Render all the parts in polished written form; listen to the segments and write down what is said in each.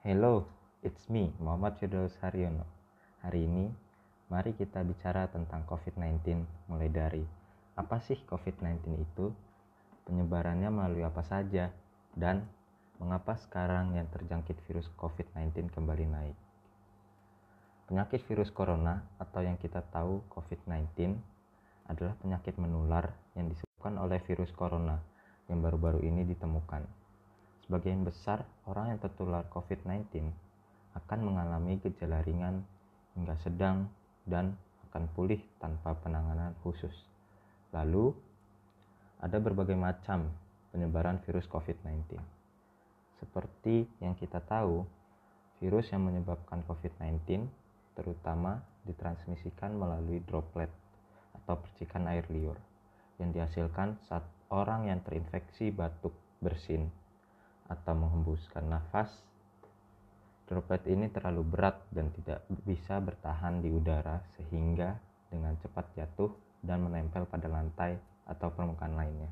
Hello, it's me, Muhammad Firdaus Haryono. Hari ini, mari kita bicara tentang COVID-19, mulai dari apa sih COVID-19 itu, penyebarannya melalui apa saja, dan mengapa sekarang yang terjangkit virus COVID-19 kembali naik. Penyakit virus corona atau yang kita tahu COVID-19 adalah penyakit menular yang disebabkan oleh virus corona yang baru-baru ini ditemukan. Sebagian besar orang yang tertular COVID-19 akan mengalami gejala ringan hingga sedang dan akan pulih tanpa penanganan khusus. Lalu, ada berbagai macam penyebaran virus COVID-19. Seperti yang kita tahu, virus yang menyebabkan COVID-19 terutama ditransmisikan melalui droplet atau percikan air liur yang dihasilkan saat orang yang terinfeksi batuk, bersin, atau menghembuskan nafas. Droplet ini terlalu berat dan tidak bisa bertahan di udara sehingga dengan cepat jatuh dan menempel pada lantai atau permukaan lainnya.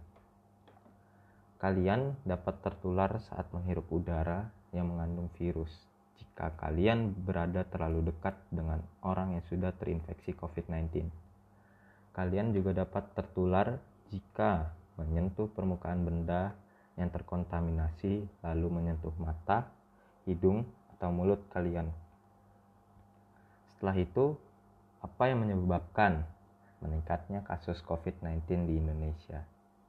Kalian dapat tertular saat menghirup udara yang mengandung virus jika kalian berada terlalu dekat dengan orang yang sudah terinfeksi COVID-19. Kalian juga dapat tertular jika menyentuh permukaan benda yang terkontaminasi lalu menyentuh mata, hidung, atau mulut kalian. Setelah itu, apa yang menyebabkan meningkatnya kasus COVID-19 di Indonesia?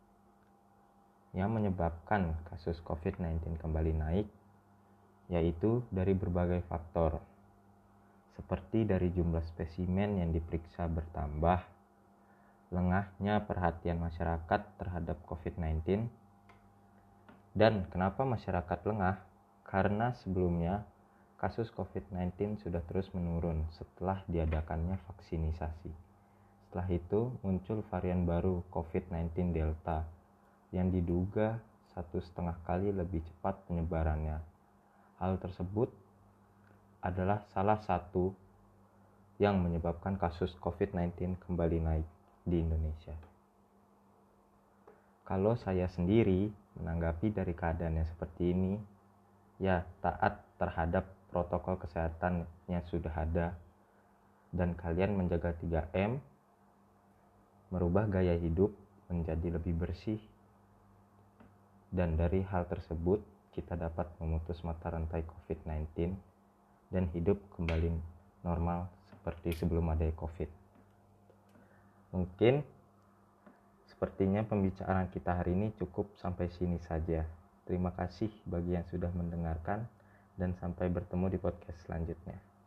Yang menyebabkan kasus COVID-19 kembali naik yaitu dari berbagai faktor, seperti dari jumlah spesimen yang diperiksa bertambah, lengahnya perhatian masyarakat terhadap COVID-19. Dan kenapa masyarakat lengah? Karena sebelumnya kasus COVID-19 sudah terus menurun setelah diadakannya vaksinisasi. Setelah itu muncul varian baru COVID-19 Delta yang diduga 1,5 kali lebih cepat penyebarannya. Hal tersebut adalah salah satu yang menyebabkan kasus COVID-19 kembali naik di Indonesia. Kalau saya sendiri menanggapi dari keadaan yang seperti ini, ya taat terhadap protokol kesehatan yang sudah ada dan kalian menjaga 3M, merubah gaya hidup menjadi lebih bersih, dan dari hal tersebut kita dapat memutus mata rantai COVID-19 dan hidup kembali normal seperti sebelum ada COVID. Mungkin sepertinya pembicaraan kita hari ini cukup sampai sini saja. Terima kasih bagi yang sudah mendengarkan dan sampai bertemu di podcast selanjutnya.